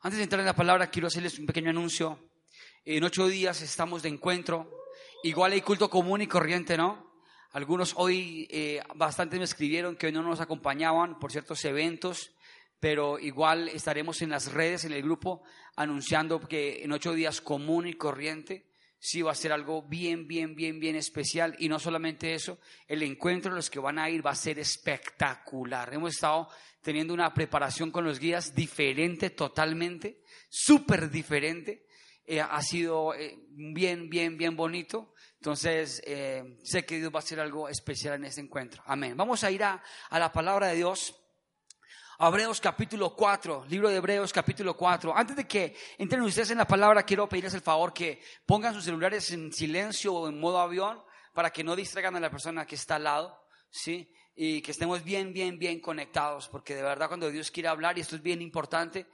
Antes de entrar en la palabra, quiero hacerles un pequeño anuncio. En 8 días estamos de encuentro. Igual hay culto común y corriente, ¿no? Algunos hoy, bastantes me escribieron que hoy no nos acompañaban por ciertos eventos, pero igual estaremos en las redes, en el grupo, anunciando que en 8 días común y corriente, sí va a ser algo bien especial. Y no solamente eso, el encuentro de los que van a ir va a ser espectacular. Hemos estado teniendo una preparación con los guías diferente totalmente, súper diferente. Ha sido bien bonito. Entonces sé que Dios va a hacer algo especial en este encuentro. Amén. Vamos a ir a la palabra de Dios. Hebreos capítulo 4, libro de Hebreos capítulo 4. Antes de que entren ustedes en la palabra, quiero pedirles el favor que pongan sus celulares en silencio o en modo avión para que no distraigan a la persona que está al lado, ¿sí? Y que estemos bien conectados, porque de verdad cuando Dios quiere hablar, y esto es bien importante,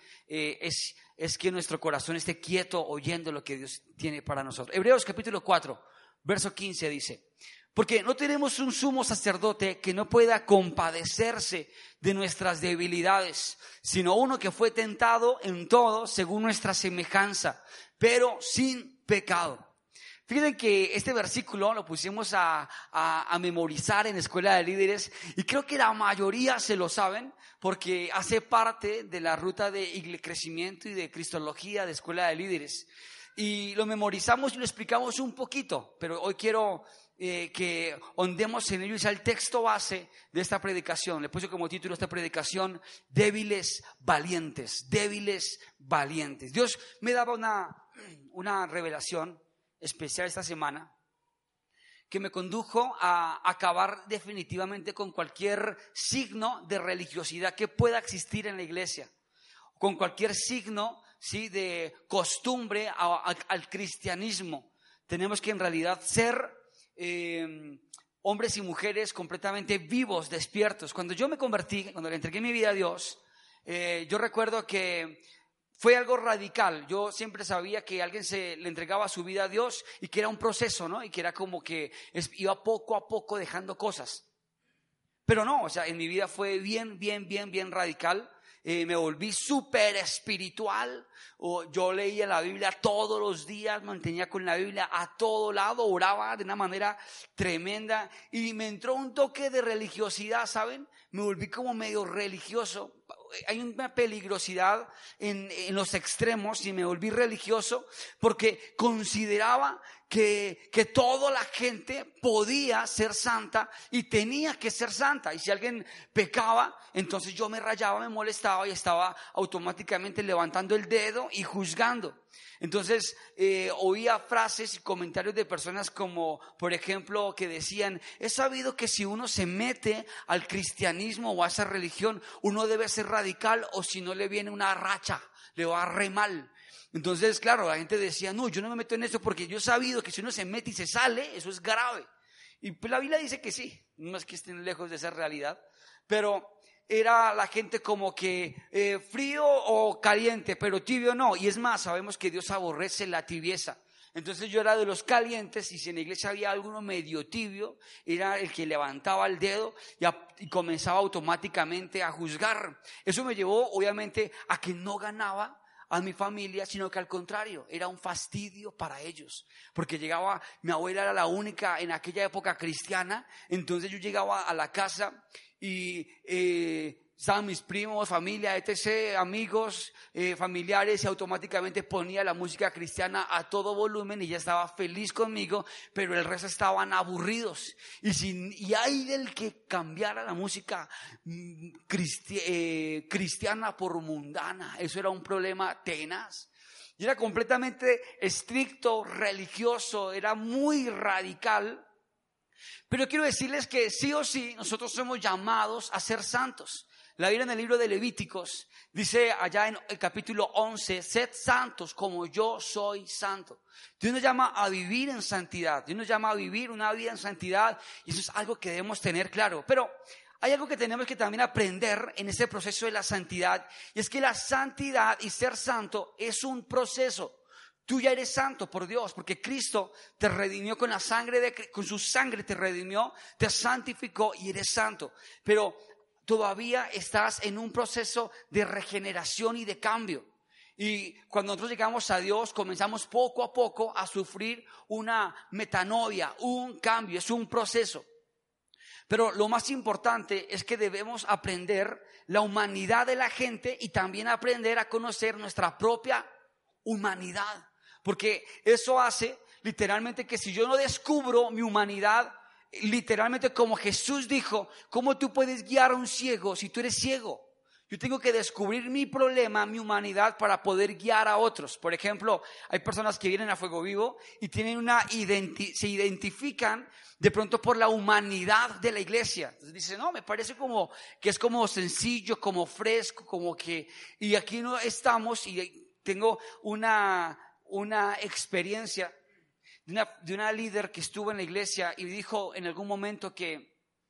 es que nuestro corazón esté quieto oyendo lo que Dios tiene para nosotros. Hebreos capítulo 4, verso 15 dice: porque no tenemos un sumo sacerdote que no pueda compadecerse de nuestras debilidades, sino uno que fue tentado en todo según nuestra semejanza, pero sin pecado. Fíjense que este versículo lo pusimos a memorizar en Escuela de Líderes, y creo que la mayoría se lo saben porque hace parte de la ruta de crecimiento y de cristología de Escuela de Líderes. Y lo memorizamos y lo explicamos un poquito, pero hoy quiero que hondemos en ello y sea el texto base de esta predicación. Le puse como título a esta predicación: débiles valientes, débiles valientes. Dios me daba una revelación especial esta semana que me condujo a acabar definitivamente con cualquier signo de religiosidad que pueda existir en la iglesia, con cualquier signo, ¿sí?, de costumbre al cristianismo. Tenemos que en realidad ser hombres y mujeres completamente vivos, despiertos. Cuando yo me convertí, cuando le entregué mi vida a Dios, yo recuerdo que fue algo radical. Yo siempre sabía que alguien le entregaba su vida a Dios y que era un proceso, ¿no? Y que era como que iba poco a poco dejando cosas. Pero no, o sea, en mi vida fue bien radical. Me volví súper espiritual. Yo leía la Biblia todos los días, mantenía con la Biblia a todo lado, oraba de una manera tremenda y me entró un toque de religiosidad, ¿saben? Me volví como medio religioso. Hay una peligrosidad en los extremos y me volví religioso porque consideraba que toda la gente podía ser santa y tenía que ser santa, y si alguien pecaba, entonces yo me rayaba, me molestaba y estaba automáticamente levantando el dedo y juzgando. Entonces oía frases y comentarios de personas como, por ejemplo, que decían: he sabido que si uno se mete al cristianismo o a esa religión, uno debe ser radical, o si no le viene una racha, le va re mal. Entonces, claro, la gente decía: no, yo no me meto en eso porque yo he sabido que si uno se mete y se sale, eso es grave. Y pues la Biblia dice que sí, no es que estén lejos de esa realidad, pero era la gente como que frío o caliente, pero tibio no. Y es más, sabemos que Dios aborrece la tibieza. Entonces yo era de los calientes, y si en la iglesia había alguno medio tibio, era el que levantaba el dedo y comenzaba automáticamente a juzgar. Eso me llevó obviamente a que no ganaba a mi familia, sino que al contrario, era un fastidio para ellos, porque mi abuela era la única en aquella época cristiana. Entonces yo llegaba a la casa y estaban mis primos, familia, etc., amigos, familiares, y automáticamente ponía la música cristiana a todo volumen y ya estaba feliz conmigo, pero el resto estaban aburridos. Y hay del que cambiara la música cristiana por mundana. Eso era un problema tenaz. Y era completamente estricto, religioso, era muy radical. Pero quiero decirles que sí o sí nosotros somos llamados a ser santos. La Biblia en el libro de Levíticos dice allá en el capítulo 11: sed santos como yo soy santo. Dios nos llama a vivir en santidad. Dios nos llama a vivir una vida en santidad, y eso es algo que debemos tener claro. Pero hay algo que tenemos que también aprender en ese proceso de la santidad, y es que la santidad y ser santo es un proceso. Tú ya eres santo por Dios, porque Cristo te redimió con su sangre te redimió, te santificó y eres santo. Pero todavía estás en un proceso de regeneración y de cambio. Y cuando nosotros llegamos a Dios, comenzamos poco a poco a sufrir una metanoia, un cambio, es un proceso. Pero lo más importante es que debemos aprender la humanidad de la gente y también aprender a conocer nuestra propia humanidad. Porque eso hace literalmente que si yo no descubro mi humanidad, literalmente como Jesús dijo, ¿cómo tú puedes guiar a un ciego si tú eres ciego? Yo tengo que descubrir mi problema, mi humanidad para poder guiar a otros. Por ejemplo, hay personas que vienen a Fuego Vivo y tienen se identifican de pronto por la humanidad de la iglesia. Entonces dicen, no, me parece como que es como sencillo, como fresco, como que... Y aquí no estamos y tengo una experiencia de una líder que estuvo en la iglesia y dijo en algún momento que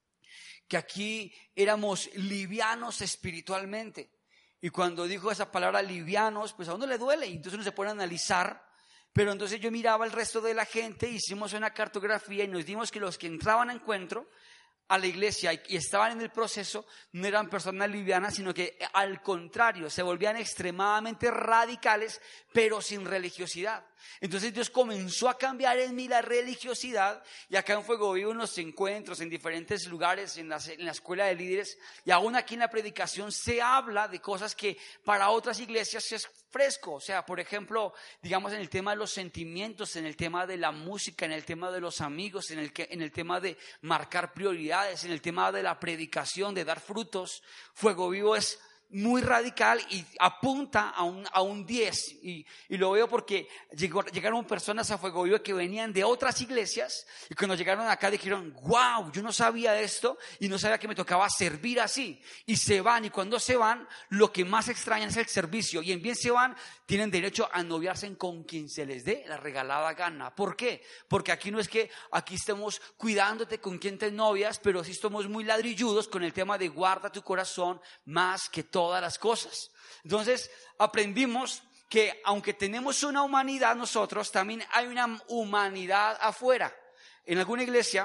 aquí éramos livianos espiritualmente. Y cuando dijo esa palabra livianos, pues a uno le duele y entonces uno se pone a analizar. Pero entonces yo miraba al resto de la gente, hicimos una cartografía y nos dimos que los que entraban a encuentro a la iglesia y estaban en el proceso no eran personas livianas, sino que al contrario, se volvían extremadamente radicales, pero sin religiosidad. Entonces Dios comenzó a cambiar en mí la religiosidad, y acá en Fuego Vivo, en los encuentros, en diferentes lugares, en la escuela de líderes, y aún aquí en la predicación se habla de cosas que para otras iglesias es fresco. O sea, por ejemplo, digamos en el tema de los sentimientos, en el tema de la música, en el tema de los amigos, en el tema de marcar prioridades, en el tema de la predicación, de dar frutos. Fuego Vivo es muy radical y apunta a un 10 y lo veo porque llegaron personas a Fuego Vivo que venían de otras iglesias y cuando llegaron acá dijeron, wow, yo no sabía esto y no sabía que me tocaba servir así, y se van, y cuando se van lo que más extrañan es el servicio, y en bien se van, tienen derecho a noviarse con quien se les dé la regalada gana. ¿Por qué? Porque aquí no es que aquí estemos cuidándote con quien te novias, pero sí estamos muy ladrilludos con el tema de guarda tu corazón más que todas las cosas. Entonces aprendimos que aunque tenemos una humanidad nosotros, también hay una humanidad afuera. En algunas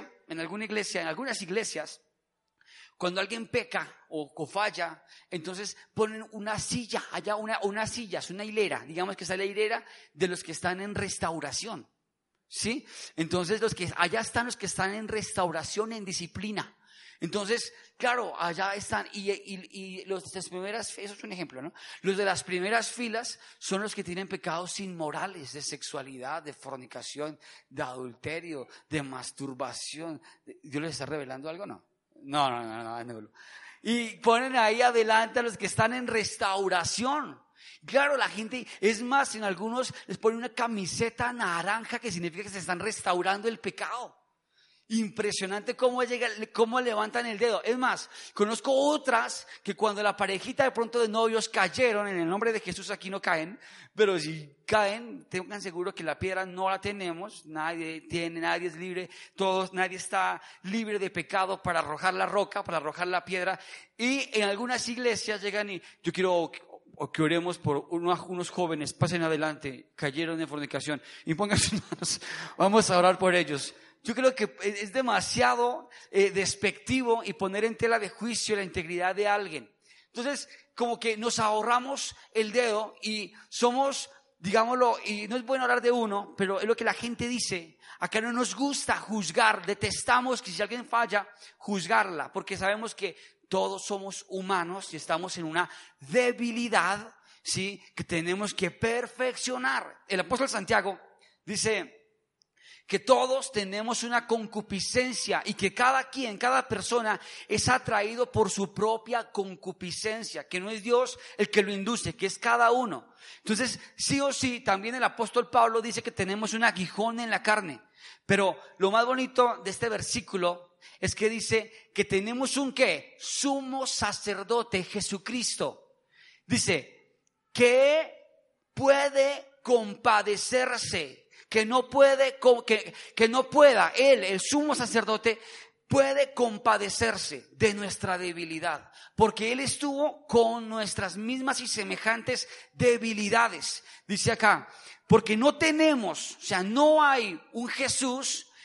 iglesias, cuando alguien peca o falla, entonces ponen una silla, allá una silla, es una hilera, digamos que es la hilera de los que están en restauración, ¿sí? Entonces allá están los que están en restauración, en disciplina. Entonces, claro, allá están y los de las primeras, eso es un ejemplo, ¿no? Los de las primeras filas son los que tienen pecados inmorales de sexualidad, de fornicación, de adulterio, de masturbación. ¿Dios les está revelando algo? No. No. Y ponen ahí adelante a los que están en restauración. Claro, la gente, es más, en algunos les ponen una camiseta naranja que significa que se están restaurando el pecado. Impresionante cómo levantan el dedo. Es más, conozco otras que cuando la parejita de pronto de novios cayeron, en el nombre de Jesús aquí no caen, pero si caen, tengan seguro que la piedra no la tenemos, nadie es libre, nadie está libre de pecado para arrojar la roca, para arrojar la piedra. Y en algunas iglesias llegan y yo quiero que oremos por unos jóvenes, pasen adelante, cayeron en fornicación, y pongan sus manos, vamos a orar por ellos. Yo creo que es demasiado despectivo y poner en tela de juicio la integridad de alguien. Entonces, como que nos ahorramos el dedo y somos, digámoslo, y no es bueno hablar de uno, pero es lo que la gente dice. Acá no nos gusta juzgar, detestamos que si alguien falla, juzgarla, porque sabemos que todos somos humanos y estamos en una debilidad, ¿sí?, que tenemos que perfeccionar. El apóstol Santiago dice que todos tenemos una concupiscencia y que cada persona es atraído por su propia concupiscencia, que no es Dios el que lo induce, que es cada uno. Entonces, sí o sí, también el apóstol Pablo dice que tenemos un aguijón en la carne. Pero lo más bonito de este versículo es que dice que tenemos un ¿qué? Sumo sacerdote, Jesucristo. Dice que puede compadecerse. Que no pueda, él, el sumo sacerdote, puede compadecerse de nuestra debilidad, porque él estuvo con nuestras mismas y semejantes debilidades. Dice acá, porque no hay un Jesús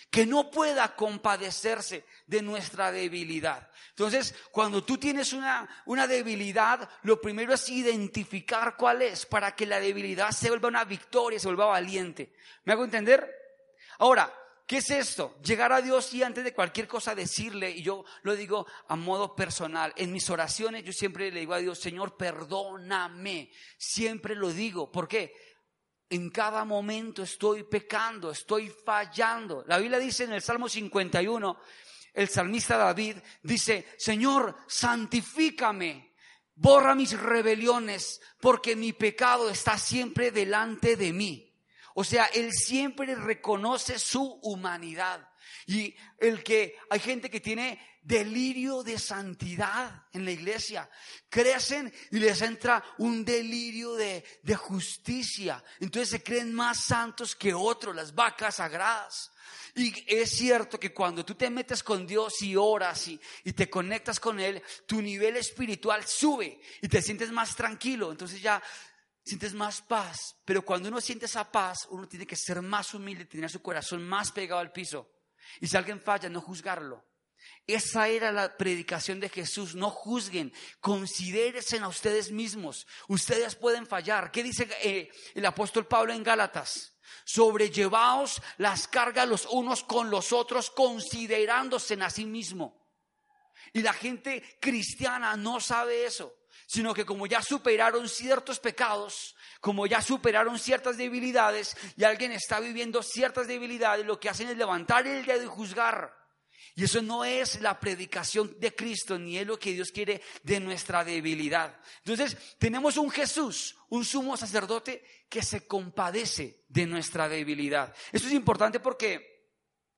que no pueda compadecerse de nuestra debilidad. Entonces, cuando tú tienes una debilidad, lo primero es identificar cuál es, para que la debilidad se vuelva una victoria, se vuelva valiente. ¿Me hago entender? Ahora, ¿qué es esto? Llegar a Dios y antes de cualquier cosa decirle, y yo lo digo a modo personal, en mis oraciones yo siempre le digo a Dios, Señor, perdóname. Siempre lo digo. ¿Por qué? En cada momento estoy pecando, estoy fallando. La Biblia dice en el Salmo 51, el salmista David dice, Señor, santifícame, borra mis rebeliones, porque mi pecado está siempre delante de mí. O sea, él siempre reconoce su humanidad. Y hay gente que tiene delirio de santidad en la iglesia. Crecen y les entra un delirio de justicia. Entonces se creen más santos que otros, las vacas sagradas. Y es cierto que cuando tú te metes con Dios y oras y te conectas con Él, tu nivel espiritual sube y te sientes más tranquilo. Entonces ya sientes más paz. Pero cuando uno siente esa paz, uno tiene que ser más humilde, tener su corazón más pegado al piso. Y si alguien falla, no juzgarlo. Esa era la predicación de Jesús. No juzguen, considérense a ustedes mismos. Ustedes pueden fallar. ¿Qué dice el apóstol Pablo en Gálatas? Sobrellevaos las cargas los unos con los otros, considerándose a sí mismo. Y la gente cristiana no sabe eso, sino que como ya superaron ciertos pecados, como ya superaron ciertas debilidades, y alguien está viviendo ciertas debilidades, lo que hacen es levantar el dedo y juzgar. Y eso no es la predicación de Cristo, ni es lo que Dios quiere de nuestra debilidad. Entonces, tenemos un Jesús, un sumo sacerdote que se compadece de nuestra debilidad. Esto es importante porque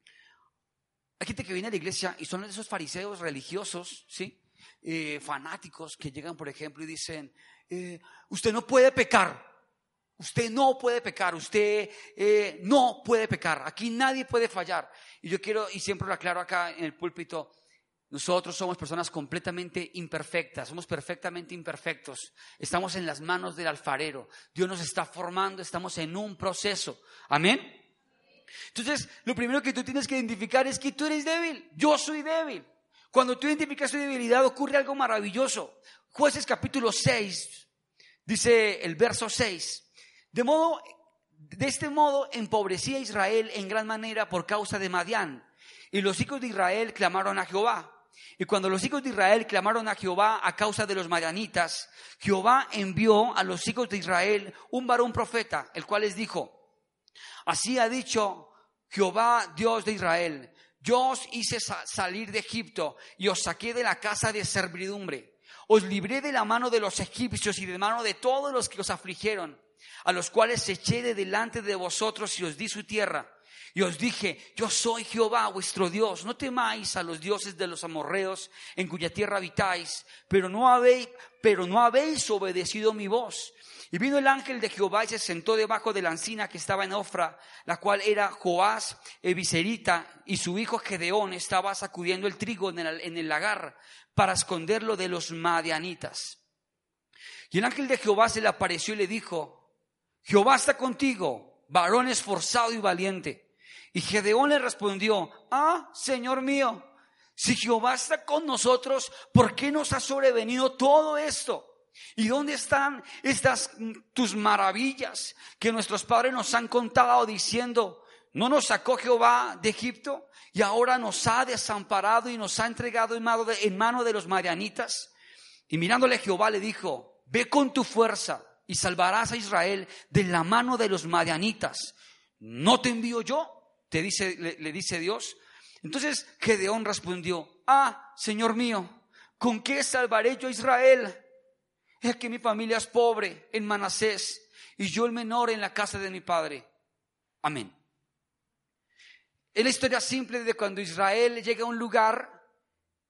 hay gente que viene a la iglesia y son esos fariseos religiosos, ¿sí? Fanáticos que llegan, por ejemplo, y dicen, usted no puede pecar. Usted no puede pecar, usted no puede pecar, aquí nadie puede fallar. Y yo quiero, y siempre lo aclaro acá en el púlpito, nosotros somos personas completamente imperfectas, somos perfectamente imperfectos. Estamos en las manos del alfarero, Dios nos está formando, estamos en un proceso. ¿Amén? Entonces, lo primero que tú tienes que identificar es que tú eres débil, yo soy débil. Cuando tú identificas tu debilidad ocurre algo maravilloso. Jueces capítulo 6, dice el verso 6. De este modo empobrecía Israel en gran manera por causa de Madián. Y los hijos de Israel clamaron a Jehová. Y cuando los hijos de Israel clamaron a Jehová a causa de los madianitas, Jehová envió a los hijos de Israel un varón profeta, el cual les dijo: así ha dicho Jehová, Dios de Israel: yo os hice salir de Egipto y os saqué de la casa de servidumbre. Os libré de la mano de los egipcios y de mano de todos los que os afligieron, a los cuales eché de delante de vosotros y os di su tierra. Y os dije: yo soy Jehová vuestro Dios, no temáis a los dioses de los amorreos en cuya tierra habitáis, pero no habéis obedecido mi voz. Y vino el ángel de Jehová y se sentó debajo de la encina que estaba en Ofra, la cual era Joás Ebiserita, y su hijo Gedeón estaba sacudiendo el trigo en el lagar para esconderlo de los madianitas. Y el ángel de Jehová se le apareció y le dijo: Jehová está contigo, varón esforzado y valiente. Y Gedeón le respondió: Señor mío, si Jehová está con nosotros, ¿por qué nos ha sobrevenido todo esto? ¿Y dónde están estas tus maravillas que nuestros padres nos han contado diciendo: ¿no nos sacó Jehová de Egipto y ahora nos ha desamparado y nos ha entregado en mano de los madianitas? Y mirándole Jehová le dijo: ve con tu fuerza y salvarás a Israel de la mano de los madianitas. ¿No te envío yo?, le dice Dios. Entonces Gedeón respondió: Señor mío, ¿con qué salvaré yo a Israel? Es que mi familia es pobre en Manasés y yo el menor en la casa de mi padre. Amén. Es la historia simple de cuando Israel llega a un lugar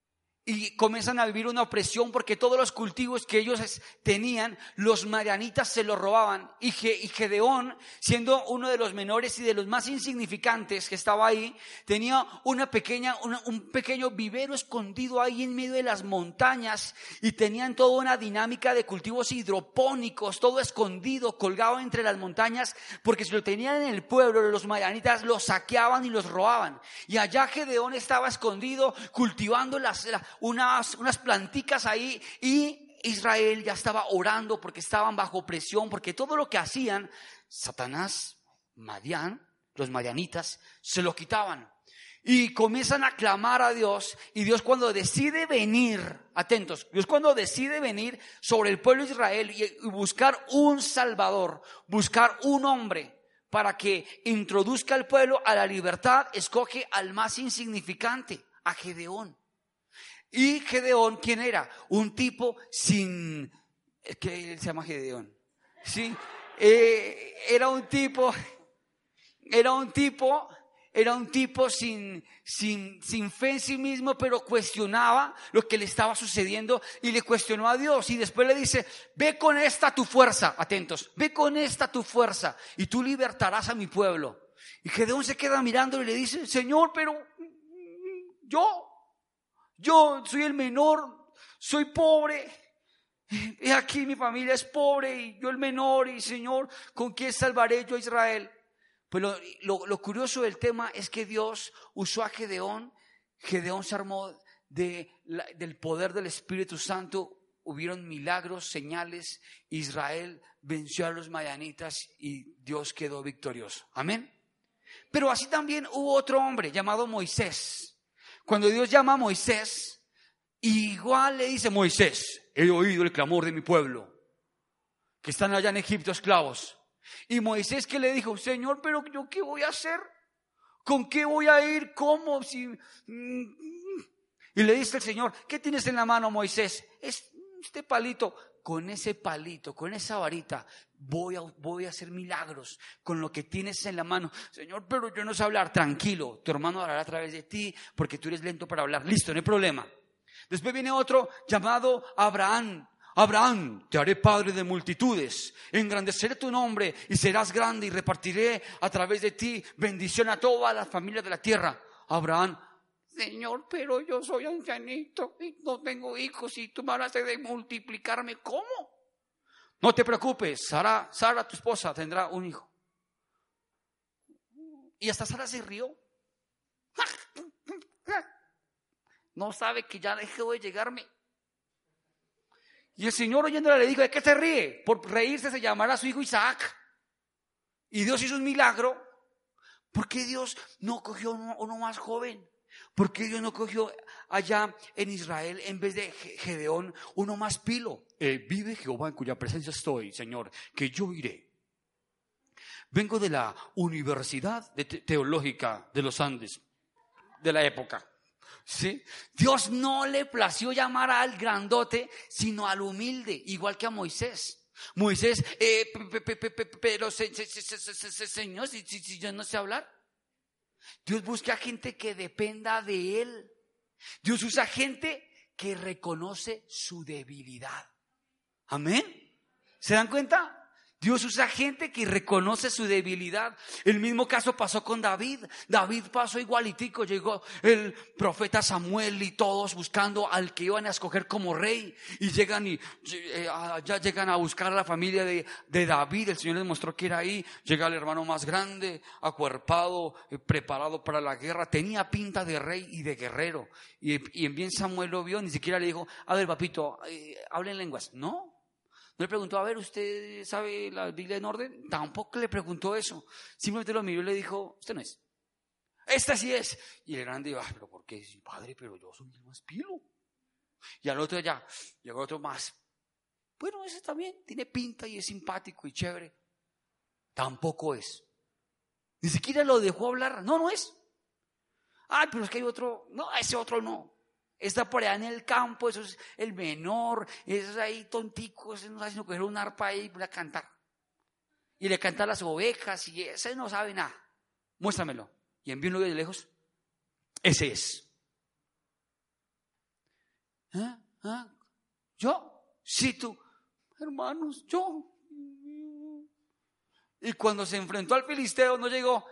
y comienzan a vivir una opresión porque todos los cultivos que ellos tenían, los madianitas se los robaban. Y Gedeón, siendo uno de los menores y de los más insignificantes que estaba ahí, tenía un pequeño vivero escondido ahí en medio de las montañas, y tenían toda una dinámica de cultivos hidropónicos, todo escondido, colgado entre las montañas, porque si lo tenían en el pueblo, los madianitas los saqueaban y los robaban. Y allá Gedeón estaba escondido cultivando unas planticas ahí, y Israel ya estaba orando porque estaban bajo presión, porque todo lo que hacían, Satanás, Madián, los madianitas, se lo quitaban. Y comienzan a clamar a Dios, y Dios cuando decide venir, atentos, Dios cuando decide venir sobre el pueblo de Israel y buscar un salvador, buscar un hombre para que introduzca al pueblo a la libertad, escoge al más insignificante, a Gedeón. Y Gedeón, ¿quién era? Un tipo sin... ¿Qué se llama Gedeón? Sí, era un tipo sin fe en sí mismo, pero cuestionaba lo que le estaba sucediendo y le cuestionó a Dios. Y después le dice: ve con esta tu fuerza, atentos, ve con esta tu fuerza y tú libertarás a mi pueblo. Y Gedeón se queda mirando y le dice: Señor, pero yo soy el menor, soy pobre, y aquí mi familia es pobre y yo el menor, y Señor, ¿con quién salvaré yo a Israel? Pues lo curioso del tema es que Dios usó a Gedeón. Gedeón se armó del poder del Espíritu Santo. Hubieron milagros, señales. Israel venció a los madianitas y Dios quedó victorioso. Amén. Pero así también hubo otro hombre llamado Moisés. Cuando Dios llama a Moisés, igual le dice: Moisés, he oído el clamor de mi pueblo, que están allá en Egipto esclavos. Y Moisés, ¿qué le dijo? Señor, pero ¿yo qué voy a hacer? ¿Con qué voy a ir? ¿Cómo? Y le dice el Señor: ¿qué tienes en la mano, Moisés? Es este palito. Con ese palito, con esa varita, voy a hacer milagros con lo que tienes en la mano. Señor, pero yo no sé hablar. Tranquilo, tu hermano hablará a través de ti, porque tú eres lento para hablar. Listo, no hay problema. Después viene otro llamado Abraham. Abraham, te haré padre de multitudes, engrandeceré tu nombre y serás grande, y repartiré a través de ti bendición a todas las familias de la tierra. Abraham: Señor, pero yo soy ancianito y no tengo hijos, y tú me hablas de multiplicarme. ¿Cómo? No te preocupes, Sara, tu esposa, tendrá un hijo. Y hasta Sara se rió. No sabe que ya dejó de llegarme. Y el Señor, oyéndola, le dijo: ¿de qué se ríe? Por reírse se llamará a su hijo Isaac. Y Dios hizo un milagro. ¿Por qué Dios no cogió uno más joven? ¿Por qué Dios no cogió allá en Israel, en vez de Gedeón, uno más pilo? Vive Jehová, en cuya presencia estoy, Señor, que yo iré. Vengo de la Universidad Teológica de los Andes, de la época. ¿Sí? Dios no le plació llamar al grandote, sino al humilde, igual que a Moisés. Moisés, pero Señor, si yo no sé hablar. Dios busca gente que dependa de Él. Dios usa gente que reconoce su debilidad. Amén. ¿Se dan cuenta? Dios usa gente que reconoce su debilidad. El mismo caso pasó con David. David pasó igualitico. Llegó el profeta Samuel y todos buscando al que iban a escoger como rey. Y llegan ya llegan a buscar a la familia de David. El Señor les mostró que era ahí. Llega el hermano más grande, acuerpado, preparado para la guerra. Tenía pinta de rey y de guerrero. Y bien Samuel lo vio. Ni siquiera le dijo: a ver, papito, habla en lenguas. No. No le preguntó: a ver, ¿usted sabe la Biblia en orden? Tampoco le preguntó eso. Simplemente lo miró y le dijo: este no es. Esta sí es. Y el grande dijo: pero ¿por qué? Sí, padre, pero yo soy el más pilo. Y al otro ya, llegó otro más. Bueno, ese también tiene pinta y es simpático y chévere. Tampoco es. Ni siquiera lo dejó hablar. No es. Ay, pero es que hay otro. No, ese otro no. Está por allá en el campo, eso es el menor, eso es ahí tontico, ese no sabe sino coger una arpa ahí y cantar. Y le canta a las ovejas, y ese no sabe nada. Muéstramelo. Y envíenlo de lejos. Ese es. ¿Yo? Sí, tú. Hermanos, yo. Y cuando se enfrentó al filisteo, no llegó.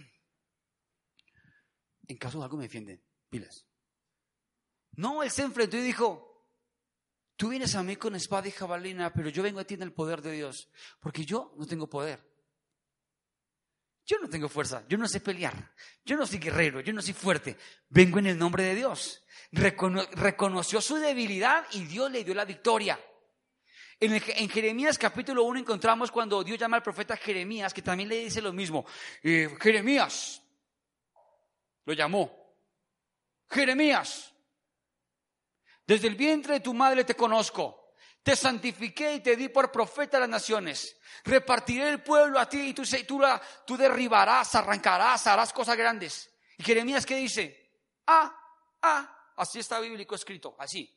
En caso de algo me defienden, pilas. No, él se enfrentó y dijo: tú vienes a mí con espada y jabalina, pero yo vengo a ti en el poder de Dios, porque yo no tengo poder. Yo no tengo fuerza, yo no sé pelear, yo no soy guerrero, yo no soy fuerte. Vengo en el nombre de Dios. Reconoció su debilidad y Dios le dio la victoria. En Jeremías capítulo 1 encontramos cuando Dios llama al profeta Jeremías, que también le dice lo mismo. Jeremías, lo llamó. Jeremías, desde el vientre de tu madre te conozco. Te santifiqué y te di por profeta a las naciones. Repartiré el pueblo a ti y tú derribarás, arrancarás, harás cosas grandes. ¿Y Jeremías qué dice? Así está bíblico escrito, así.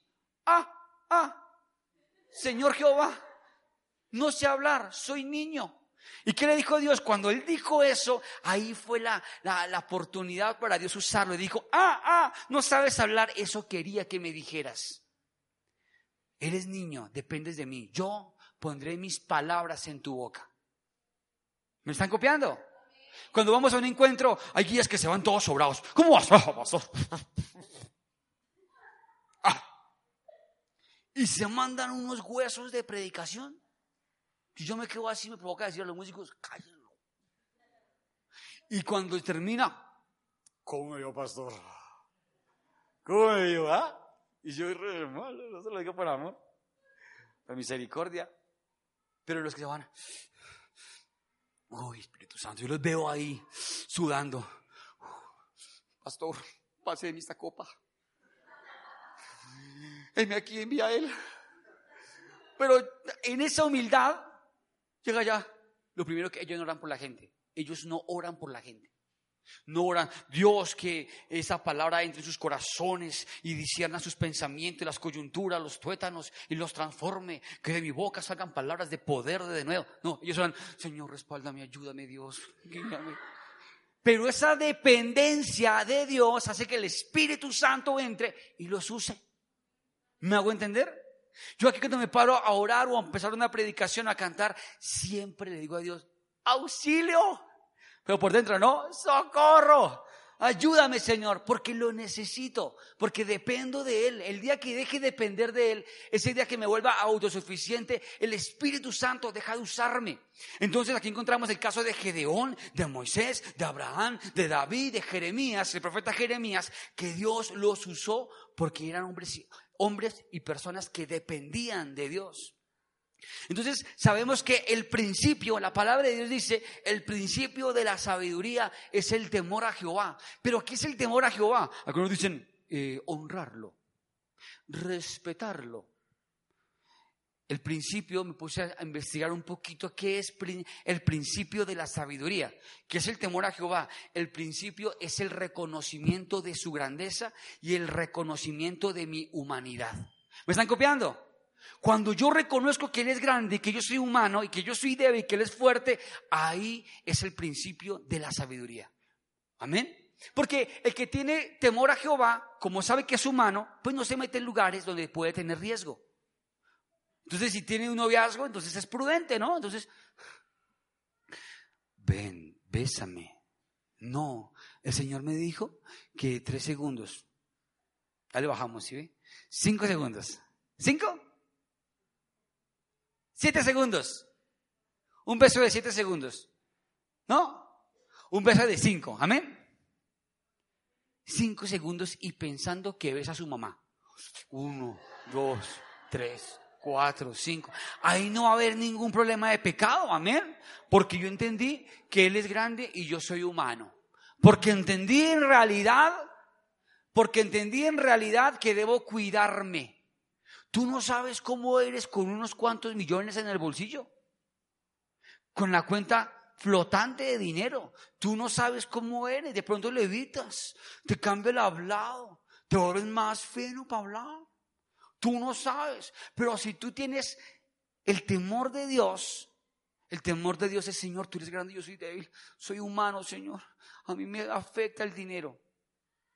Señor Jehová, no sé hablar, soy niño. ¿Y qué le dijo Dios? Cuando él dijo eso, ahí fue la oportunidad para Dios usarlo. Y dijo: no sabes hablar, eso quería que me dijeras. Eres niño, dependes de mí. Yo pondré mis palabras en tu boca. ¿Me están copiando? Cuando vamos a un encuentro, hay guías que se van todos sobrados. ¿Cómo vas, pastor? Y se mandan unos huesos de predicación. Y yo me quedo así, me provoca decir a los músicos: cállenlo. Y cuando termina, ¿cómo me dio, pastor? ¿Cómo me dio, Y yo re malo, no se lo digo por amor, por misericordia. Pero los que se van, Espíritu Santo, yo los veo ahí sudando. Pastor, pase de mí esta copa. Heme aquí, envía a él. Pero en esa humildad llega ya. Lo primero, que ellos no oran por la gente. Ellos no oran por la gente. No oran, Dios, que esa palabra entre en sus corazones y discierna sus pensamientos, las coyunturas, los tuétanos, y los transforme, que de mi boca salgan palabras de poder de nuevo. No, ellos oran: Señor, respáldame, ayúdame, Dios, guíame. Pero esa dependencia de Dios hace que el Espíritu Santo entre y los use. ¿Me hago entender? Yo aquí, cuando me paro a orar o a empezar una predicación, a cantar, siempre le digo a Dios: auxilio. Pero por dentro, no, socorro, ayúdame, Señor, porque lo necesito, porque dependo de Él. El día que deje de depender de Él, ese día que me vuelva autosuficiente, el Espíritu Santo deja de usarme. Entonces aquí encontramos el caso de Gedeón, de Moisés, de Abraham, de David, de Jeremías, el profeta Jeremías, que Dios los usó porque eran hombres y personas que dependían de Dios. Entonces sabemos que el principio, la palabra de Dios dice, el principio de la sabiduría es el temor a Jehová. Pero ¿qué es el temor a Jehová? Algunos dicen honrarlo, respetarlo. El principio, me puse a investigar un poquito qué es el principio de la sabiduría. ¿Qué es el temor a Jehová? El principio es el reconocimiento de su grandeza y el reconocimiento de mi humanidad. ¿Me están copiando? Cuando yo reconozco que Él es grande, que yo soy humano y que yo soy débil y que Él es fuerte, ahí es el principio de la sabiduría. ¿Amén? Porque el que tiene temor a Jehová, como sabe que es humano, pues no se mete en lugares donde puede tener riesgo. Entonces, si tiene un noviazgo, entonces es prudente, ¿no? Entonces, ven, bésame. No, el Señor me dijo que 3 segundos. Ya le bajamos, ¿sí ve? 5 segundos. ¿5? 7 segundos. Un beso de 7 segundos. ¿No? Un beso de 5. ¿Amén? 5 segundos y pensando que besa a su mamá. 1, 2, 3, 4, 5. Ahí no va a haber ningún problema de pecado. Amén. Porque yo entendí que Él es grande y yo soy humano. Porque entendí en realidad que debo cuidarme. Tú no sabes cómo eres con unos cuantos millones en el bolsillo, con la cuenta flotante de dinero. Tú no sabes cómo eres. De pronto levitas, te cambia el hablado, te vuelves más fino para hablar. Tú no sabes. Pero si tú tienes el temor de Dios es: Señor, tú eres grande, yo soy débil, soy humano, Señor. A mí me afecta el dinero.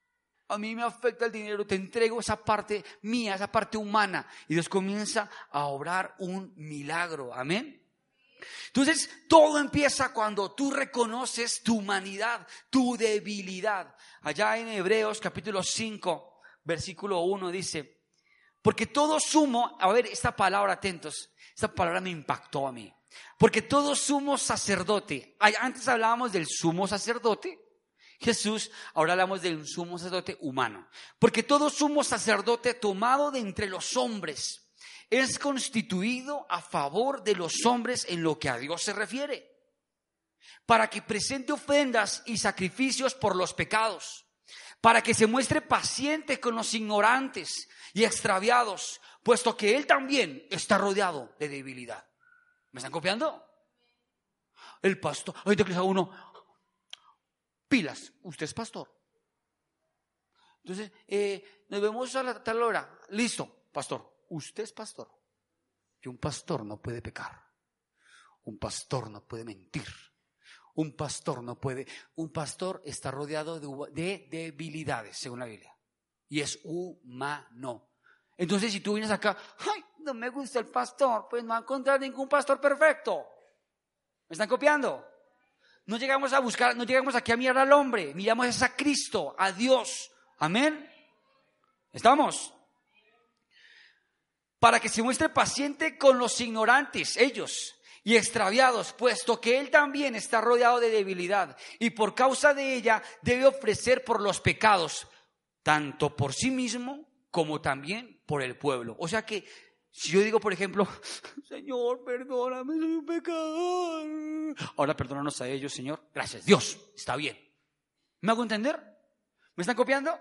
A mí me afecta el dinero, te entrego esa parte mía, esa parte humana. Y Dios comienza a obrar un milagro. Amén. Entonces, todo empieza cuando tú reconoces tu humanidad, tu debilidad. Allá en Hebreos capítulo 5, versículo 1 dice: porque todo sumo, a ver esta palabra, atentos, esta palabra me impactó a mí. Porque todo sumo sacerdote, antes hablábamos del sumo sacerdote, Jesús, ahora hablamos de un sumo sacerdote humano. Porque todo sumo sacerdote tomado de entre los hombres es constituido a favor de los hombres en lo que a Dios se refiere, para que presente ofrendas y sacrificios por los pecados, para que se muestre paciente con los ignorantes y extraviados, puesto que Él también está rodeado de debilidad. ¿Me están copiando? El pastor, ahorita que le dice a uno, pilas, usted es pastor. Entonces, nos vemos a la tal hora. Listo, pastor, usted es pastor. Y un pastor no puede pecar. Un pastor no puede mentir. Un pastor no puede. Un pastor está rodeado de debilidades, según la Biblia. Y es humano. Entonces, si tú vienes acá, ay, no me gusta el pastor, pues no va a encontrar ningún pastor perfecto. ¿Me están copiando? No llegamos a buscar, no llegamos aquí a mirar al hombre, miramos a Cristo, a Dios. Amén. ¿Estamos? Para que se muestre paciente con los ignorantes, ellos, y extraviados, puesto que Él también está rodeado de debilidad, y por causa de ella debe ofrecer por los pecados, tanto por sí mismo como también por el pueblo. O sea que, si yo digo, por ejemplo, Señor, perdóname, soy un pecador. Ahora perdónanos a ellos, Señor. Gracias, Dios, está bien. ¿Me hago entender? ¿Me están copiando?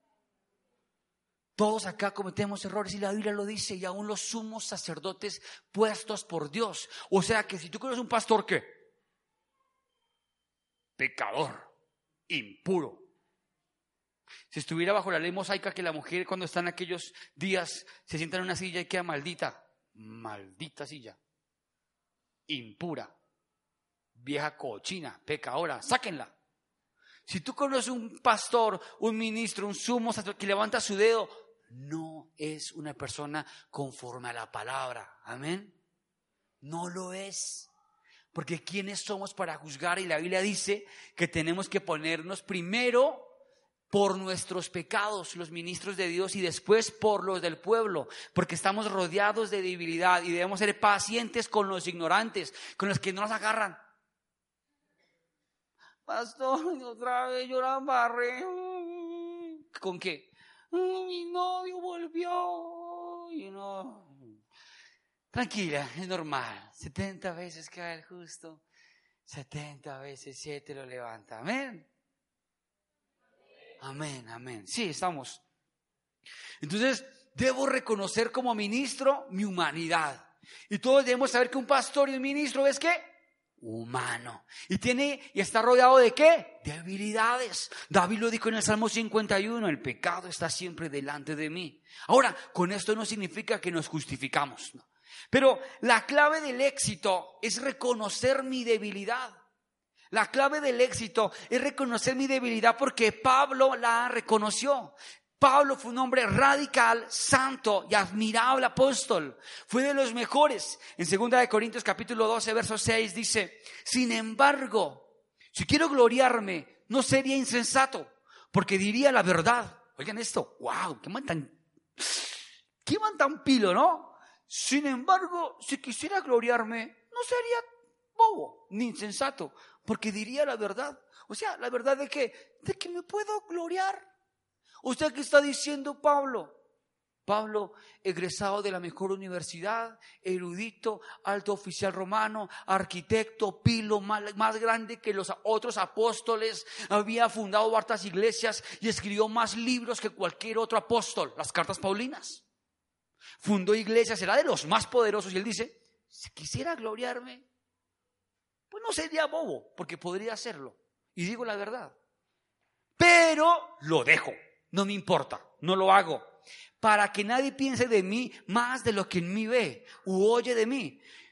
Todos acá cometemos errores y la Biblia lo dice, y aún los sumos sacerdotes puestos por Dios. O sea que si tú conoces un pastor, ¿qué? Pecador, impuro. Si estuviera bajo la ley mosaica, que la mujer cuando está en aquellos días se sienta en una silla y queda maldita. Maldita silla. Impura. Vieja cochina, pecadora, sáquenla. Si tú conoces un pastor, un ministro, un sumo sacerdote que levanta su dedo, no es una persona conforme a la palabra. Amén. No lo es. Porque ¿quiénes somos para juzgar? Y la Biblia dice que tenemos que ponernos primero por nuestros pecados, los ministros de Dios, y después por los del pueblo, porque estamos rodeados de debilidad y debemos ser pacientes con los ignorantes, con los que no nos agarran. Pastor, otra vez yo la embarré. ¿Con qué? Mi novio volvió. Y no. Tranquila, es normal. 70 veces cae el justo, 70 veces 7 lo levanta. Amén. Amén, amén. Sí, estamos. Entonces, debo reconocer como ministro mi humanidad. Y todos debemos saber que un pastor y un ministro es ¿qué? Humano. Y está rodeado de ¿qué? Debilidades. David lo dijo en el Salmo 51, el pecado está siempre delante de mí. Ahora, con esto no significa que nos justificamos, ¿no? Pero la clave del éxito es reconocer mi debilidad. La clave del éxito es reconocer mi debilidad, porque Pablo la reconoció. Pablo fue un hombre radical, santo y admirable apóstol. Fue de los mejores. En 2 Corintios capítulo 12, verso 6 dice: sin embargo, si quiero gloriarme, no sería insensato, porque diría la verdad. Oigan esto, wow, qué man tan pilo, ¿no? Sin embargo, si quisiera gloriarme, no sería bobo ni insensato, porque diría la verdad. O sea, ¿la verdad de qué? De que me puedo gloriar. O sea, ¿qué está diciendo Pablo? Pablo, egresado de la mejor universidad, erudito, alto oficial romano, arquitecto, pilo, más grande que los otros apóstoles, había fundado hartas iglesias y escribió más libros que cualquier otro apóstol, las cartas paulinas. Fundó iglesias, era de los más poderosos, y él dice: si quisiera gloriarme, pues no sería bobo, porque podría hacerlo. Y digo la verdad. Pero lo dejo, no me importa, no lo hago, para que nadie piense de mí más de lo que en mí ve u oye de mí.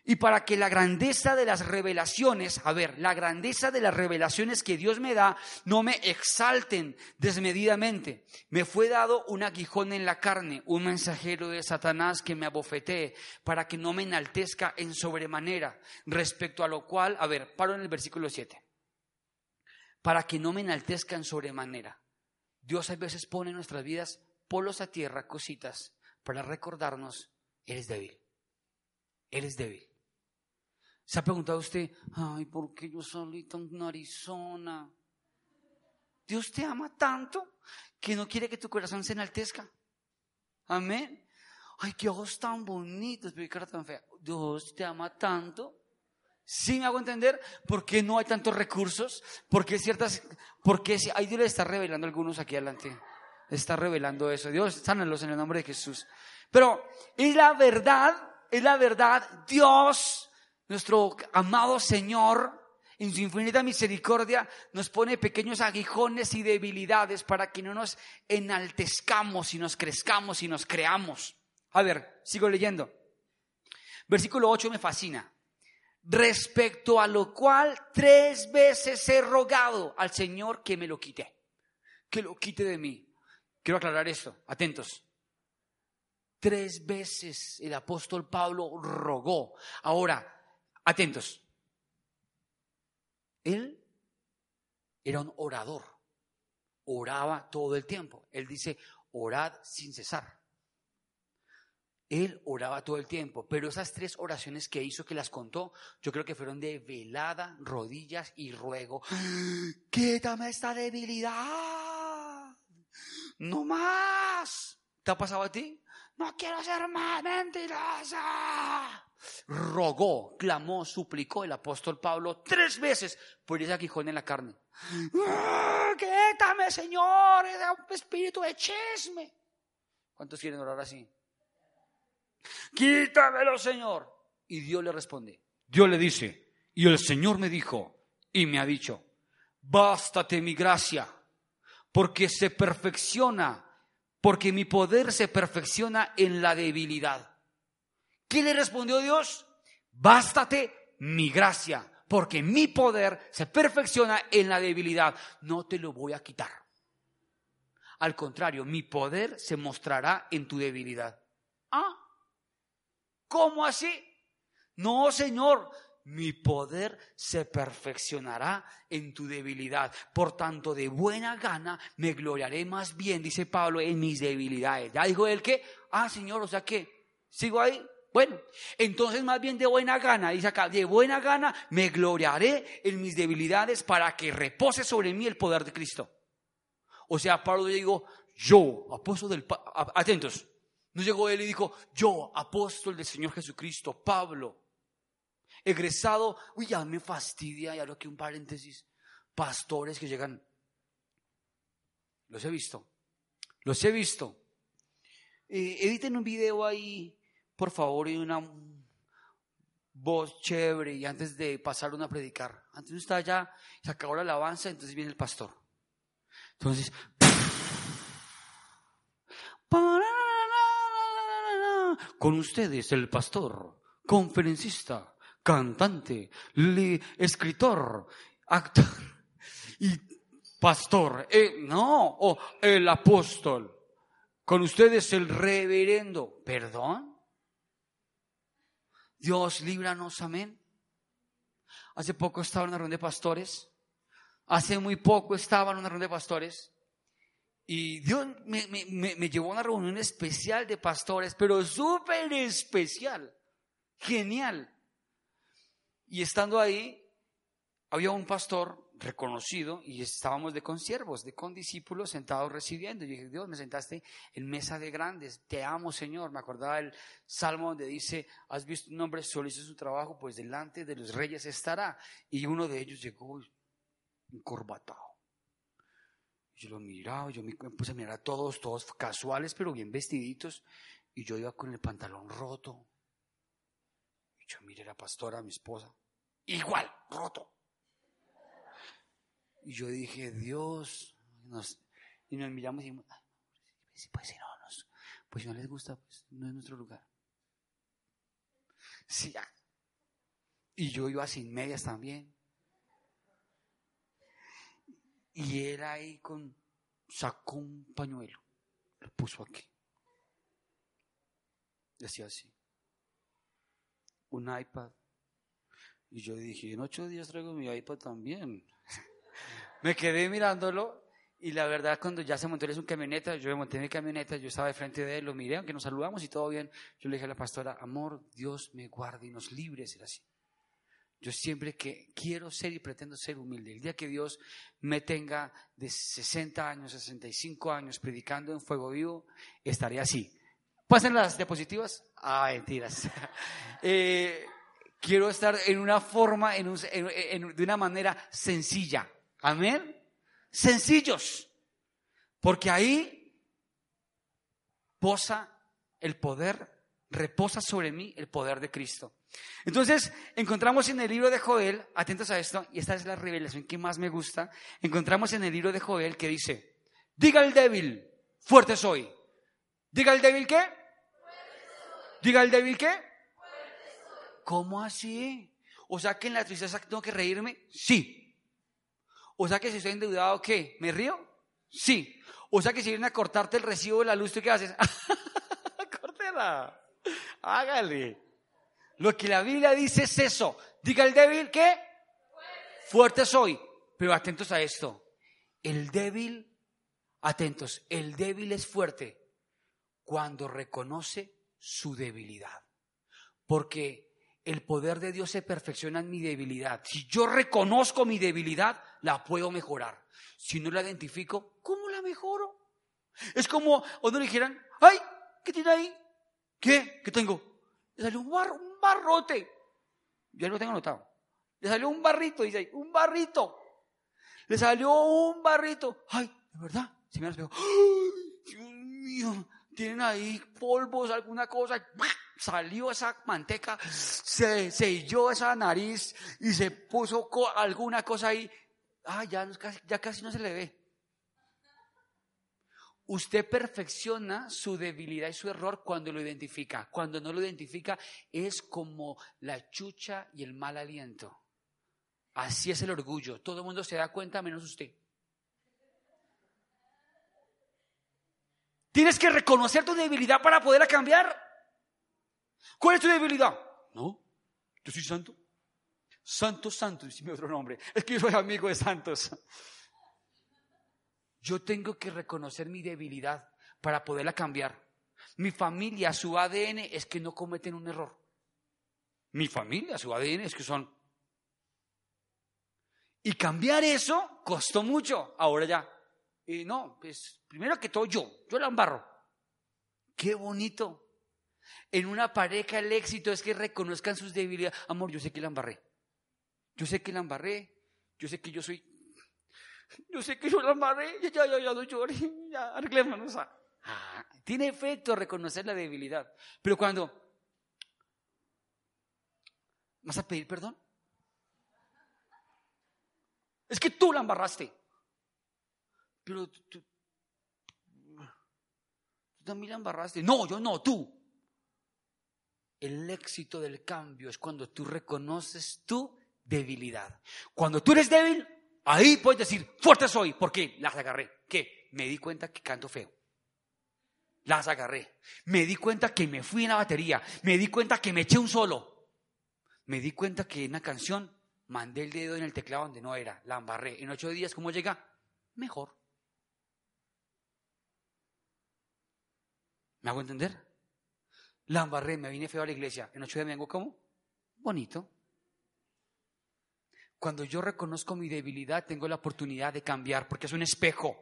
Y para que la grandeza de las revelaciones, la grandeza de las revelaciones que Dios me da, no me exalten desmedidamente. Me fue dado un aguijón en la carne, un mensajero de Satanás que me abofetee, para que no me enaltezca en sobremanera. Respecto a lo cual, paro en el versículo 7. Para que no me enaltezca en sobremanera. Dios a veces pone en nuestras vidas polos a tierra, cositas, para recordarnos, eres débil. Eres débil. ¿Se ha preguntado usted, ay, ¿por qué yo salí tan narizona? Dios te ama tanto que no quiere que tu corazón se enaltezca. Amén. Ay, qué ojos tan bonitos, pero qué cara tan fea. Dios te ama tanto. ¿Sí me hago entender? ¿Por qué no hay tantos recursos? ¿Por qué ahí Dios le está revelando a algunos aquí adelante? Está revelando eso. Dios, sánalos en el nombre de Jesús. Pero es la verdad, Dios, nuestro amado Señor, en su infinita misericordia, nos pone pequeños aguijones y debilidades para que no nos enaltezcamos y nos crezcamos y nos creamos. Sigo leyendo. Versículo 8 me fascina. Respecto a lo cual 3 veces he rogado al Señor que me lo quite. Que lo quite de mí. Quiero aclarar esto, atentos. 3 veces el apóstol Pablo rogó. Ahora, atentos. Él era un orador. Oraba todo el tiempo. Él dice, orad sin cesar. Él oraba todo el tiempo, pero esas 3 oraciones que hizo, que las contó, yo creo que fueron de velada, rodillas y ruego. Quítame esta debilidad. No más. ¿Te ha pasado a ti? No quiero ser más mentirosa. Rogó, clamó, suplicó el apóstol Pablo 3 veces por ese aguijón en la carne. Quítame, Señor, ese espíritu de chisme. ¿Cuántos quieren orar así? Quítamelo, Señor. Y Dios le responde. Dios le dice, y el Señor me dijo y me ha dicho, bástate mi gracia, porque mi poder se perfecciona en la debilidad. ¿Qué le respondió Dios? Bástate mi gracia, porque mi poder se perfecciona en la debilidad. No te lo voy a quitar. Al contrario, mi poder se mostrará en tu debilidad. ¿Cómo así? No, Señor, mi poder se perfeccionará en tu debilidad. Por tanto, de buena gana me gloriaré más bien, dice Pablo, en mis debilidades. ¿Ya dijo él qué? Señor, o sea que, ¿sigo ahí? Bueno, entonces más bien de buena gana, dice acá, de buena gana me gloriaré en mis debilidades para que repose sobre mí el poder de Cristo. O sea, Pablo le digo, yo, apóstol atentos. No llegó él y dijo, yo, apóstol del Señor Jesucristo, Pablo, egresado, ya me fastidia, y abro aquí un paréntesis, pastores que llegan, los he visto. Editen un video ahí, por favor, y una voz chévere, y antes de pasar uno a predicar, antes uno está allá, se acabó la alabanza, entonces viene el pastor. Entonces, con ustedes el pastor, conferencista, cantante, escritor, actor y pastor. El apóstol. Con ustedes el reverendo. ¿Perdón? Dios, líbranos, amén. Hace poco estaba en una reunión de pastores. Hace muy poco estaba en una reunión de pastores. Y Dios me llevó a una reunión especial de pastores, pero súper especial, genial. Y estando ahí, había un pastor reconocido y estábamos de consiervos, de condiscípulos sentados recibiendo. Y yo dije, Dios, me sentaste en mesa de grandes, te amo, Señor. Me acordaba del Salmo donde dice, has visto un hombre solo hizo su trabajo, pues delante de los reyes estará. Y uno de ellos llegó encorbatado. Yo lo miraba, yo me puse a mirar a todos casuales, pero bien vestiditos. Y yo iba con el pantalón roto. Y yo miré a la pastora, a mi esposa, igual, roto. Y yo dije, Dios, y nos miramos y dijimos, pues si no les gusta, pues no es nuestro lugar. Sí, Y yo iba sin medias también. Y él ahí sacó un pañuelo, lo puso aquí. Decía así, un iPad. Y yo dije, en 8 días traigo mi iPad también. Me quedé mirándolo. Y la verdad, cuando ya se montó en su camioneta, yo me monté en mi camioneta, yo estaba de frente de él, lo miré, aunque nos saludamos y todo bien. Yo le dije a la pastora, amor, Dios me guarde y nos libre de ser así. Yo siempre que quiero ser y pretendo ser humilde. El día que Dios me tenga de 60 años, 65 años, predicando en fuego vivo, estaré así. ¿Pasan las diapositivas? Mentiras. Quiero estar en una forma, de una manera sencilla. Amén. Sencillos, porque ahí reposa sobre mí el poder de Cristo. Entonces, encontramos en el libro de Joel, atentos a esto, y esta es la revelación que más me gusta, encontramos en el libro de Joel que dice, diga al débil, fuerte soy. Diga al débil, ¿qué? Diga al débil, ¿qué? ¿Cómo así? O sea, que en la tristeza tengo que reírme, sí. O sea que si estoy endeudado, ¿qué? ¿Me río? Sí. O sea que si vienen a cortarte el recibo de la luz, ¿tú qué haces? Córtela. Hágale. Lo que la Biblia dice es eso. Diga el débil, ¿qué? Fuerte soy. Pero atentos a esto. El débil es fuerte cuando reconoce su debilidad. Porque el poder de Dios se perfecciona en mi debilidad. Si yo reconozco mi debilidad, la puedo mejorar. Si no la identifico, ¿cómo la mejoro? Es como cuando le dijeran, ¡ay! ¿Qué tiene ahí? ¿Qué? ¿Qué tengo? Le salió un barrote. Yo lo tengo anotado. Le salió un barrito, dice ahí, un barrito. Le salió un barrito. ¡Ay! ¿De verdad? Se me despegó. ¡Ay! Dios mío. Tienen ahí polvos, alguna cosa. Salió esa manteca, se selló esa nariz y se puso alguna cosa ahí. Ya casi no se le ve. Usted perfecciona su debilidad y su error cuando lo identifica. Cuando no lo identifica es como la chucha y el mal aliento. Así es el orgullo. Todo el mundo se da cuenta menos usted. Tienes que reconocer tu debilidad para poderla cambiar. ¿Cuál es tu debilidad? No, yo soy santo. Santo, dice mi otro nombre. Es que yo soy amigo de santos. Yo tengo que reconocer mi debilidad para poderla cambiar. Mi familia, su ADN es que no cometen un error. Mi familia, su ADN es que son. Y cambiar eso costó mucho. Ahora ya. No, pues primero que todo yo la embarro. Qué bonito. En una pareja el éxito es que reconozcan sus debilidades. Amor, yo sé que la embarré. Yo sé que la embarré. Ya, no llores. Ya, arreglémonos. Tiene efecto reconocer la debilidad. Pero cuando vas a pedir perdón, es que tú la embarraste. Pero tú también la embarraste. No, yo no, tú. El éxito del cambio es cuando tú reconoces tu debilidad. Cuando tú eres débil, ahí puedes decir, fuerte soy. ¿Por qué? Las agarré. ¿Qué? Me di cuenta que canto feo. Las agarré. Me di cuenta que me fui en la batería. Me di cuenta que me eché un solo. Me di cuenta que en una canción mandé el dedo en el teclado donde no era. La embarré. En 8 días, ¿cómo llega? Mejor. ¿Me hago entender? La embarré, me vine feo a la iglesia. En 8 días me vengo ¿cómo? Bonito. Cuando yo reconozco mi debilidad, tengo la oportunidad de cambiar, porque es un espejo.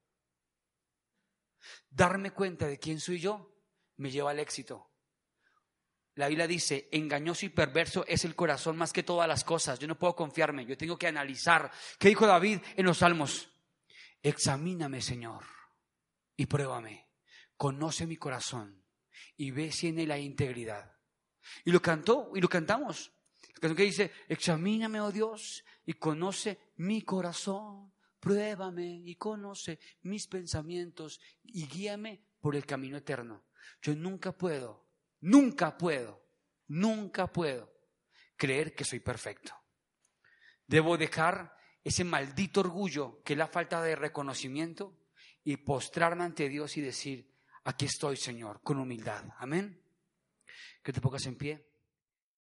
Darme cuenta de quién soy yo me lleva al éxito. La Biblia dice, engañoso y perverso es el corazón más que todas las cosas. Yo no puedo confiarme, yo tengo que analizar. ¿Qué dijo David en los Salmos? Examíname, Señor, y pruébame. Conoce mi corazón y ve si en él hay integridad. Y lo cantó y lo cantamos. La canción que dice, examíname, oh Dios, y conoce mi corazón. Pruébame y conoce mis pensamientos y guíame por el camino eterno. Yo nunca puedo creer que soy perfecto. Debo dejar ese maldito orgullo que es la falta de reconocimiento y postrarme ante Dios y decir: aquí estoy, Señor, con humildad. Amén. Que te pongas en pie.